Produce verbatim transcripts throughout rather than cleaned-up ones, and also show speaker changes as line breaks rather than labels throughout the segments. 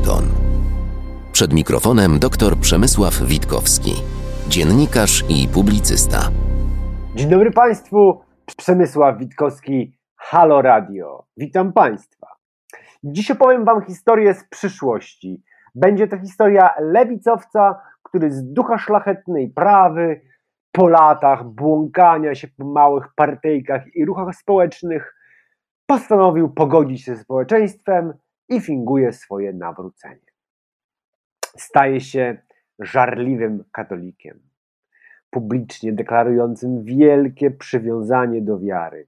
ton. Przed mikrofonem dr Przemysław Witkowski, dziennikarz i publicysta.
Dzień dobry Państwu, Przemysław Witkowski, Halo Radio. Witam Państwa. Dziś opowiem Wam historię z przyszłości. Będzie to historia lewicowca, który z ducha szlachetnej prawy po latach błąkania się po małych partyjkach i ruchach społecznych postanowił pogodzić się ze społeczeństwem i finguje swoje nawrócenie. Staje się żarliwym katolikiem, publicznie deklarującym wielkie przywiązanie do wiary.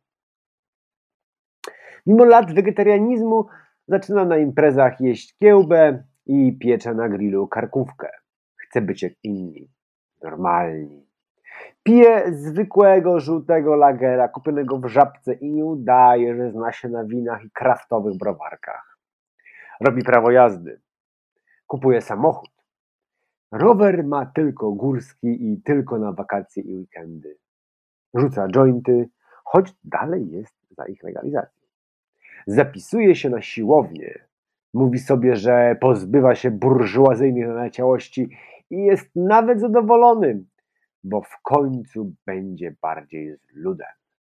Mimo lat wegetarianizmu zaczyna na imprezach jeść kiełbę i piecze na grillu karkówkę. Chce być jak inni, normalni. Pije zwykłego, żółtego lagera kupionego w Żabce i nie udaje, że zna się na winach i kraftowych browarkach. Robi prawo jazdy. Kupuje samochód. Rower ma tylko górski i tylko na wakacje i weekendy. Rzuca jointy, choć dalej jest za ich legalizacją. Zapisuje się na siłownię. Mówi sobie, że pozbywa się burżuazyjnych naleciałości i jest nawet zadowolony, bo w końcu będzie bardziej z ludem.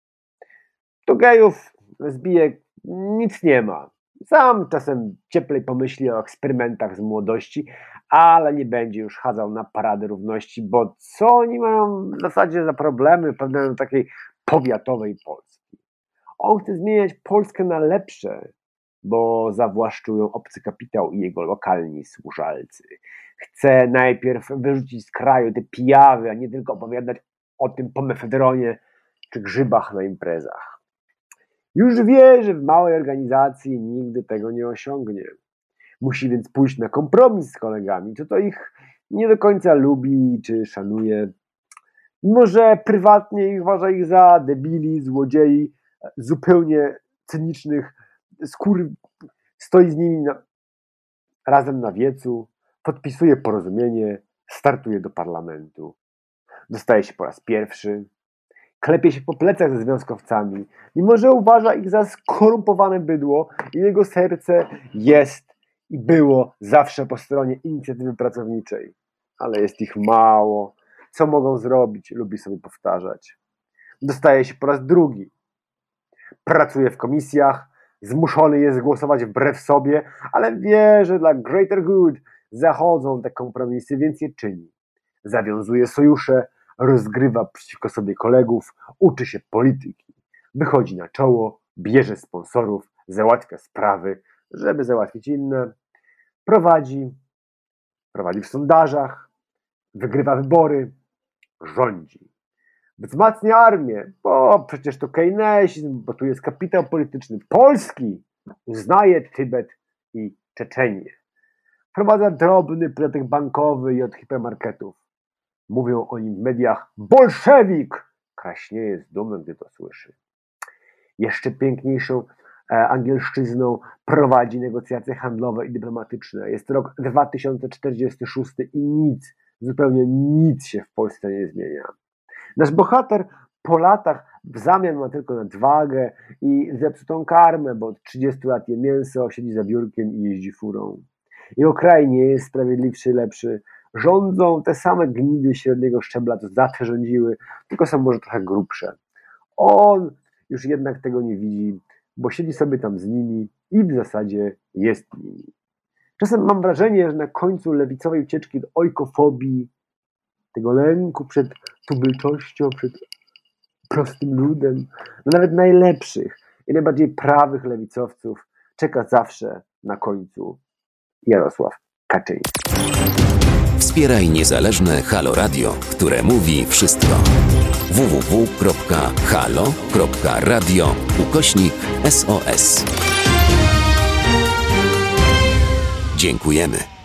Do gejów, lesbijek nic nie ma. Sam czasem cieplej pomyśli o eksperymentach z młodości, ale nie będzie już chadzał na parady równości, bo co oni mają w zasadzie za problemy pewnej takiej powiatowej Polski. On chce zmieniać Polskę na lepsze, bo zawłaszczują obcy kapitał i jego lokalni służalcy. Chce najpierw wyrzucić z kraju te pijawy, a nie tylko opowiadać o tym pomefedronie czy grzybach na imprezach. Już wie, że w małej organizacji nigdy tego nie osiągnie. Musi więc pójść na kompromis z kolegami, czy to ich nie do końca lubi, czy szanuje. Mimo że prywatnie uważa ich za debili, złodziei, zupełnie cynicznych, skóry, stoi z nimi na, razem na wiecu, podpisuje porozumienie, startuje do parlamentu. Dostaje się po raz pierwszy. Klepie się po plecach ze związkowcami, mimo że uważa ich za skorumpowane bydło i jego serce jest i było zawsze po stronie inicjatywy pracowniczej. Ale jest ich mało. Co mogą zrobić? Lubi sobie powtarzać. Dostaje się po raz drugi. Pracuje w komisjach, zmuszony jest głosować wbrew sobie, ale wie, że dla greater good zachodzą te kompromisy, więc je czyni. Zawiązuje sojusze, rozgrywa przeciwko sobie kolegów, uczy się polityki, wychodzi na czoło, bierze sponsorów, załatwia sprawy, żeby załatwić inne, prowadzi, prowadzi w sondażach, wygrywa wybory, rządzi. Wzmacnia armię, bo przecież to keynesizm, bo tu jest kapitał polityczny Polski, uznaje Tybet i Czeczenię. Wprowadza drobny podatek bankowy i od hipermarketów. Mówią o nim w mediach bolszewik. Kraśnieje z dumą, gdy to słyszy. Jeszcze piękniejszą e, angielszczyzną prowadzi negocjacje handlowe i dyplomatyczne. Jest rok dwa tysiące czterdziesty szósty i nic, zupełnie nic się w Polsce nie zmienia. Nasz bohater po latach w zamian ma tylko nadwagę i zepsutą karmę, bo od trzydziestu lat je mięso, siedzi za biurkiem i jeździ furą. Jego kraj nie jest sprawiedliwszy, lepszy. Rządzą te same gnidy średniego szczebla, co zawsze rządziły, tylko są może trochę grubsze. On już jednak tego nie widzi, bo siedzi sobie tam z nimi i w zasadzie jest nimi. Czasem mam wrażenie, że na końcu lewicowej ucieczki do ojkofobii, tego lęku przed tubylczością, przed prostym ludem, no nawet najlepszych i najbardziej prawych lewicowców czeka zawsze na końcu Jarosław Kaczyński.
Wspieraj niezależne Halo Radio, które mówi wszystko. w w w kropka halo kropka radio ukośnik S O S. Dziękujemy.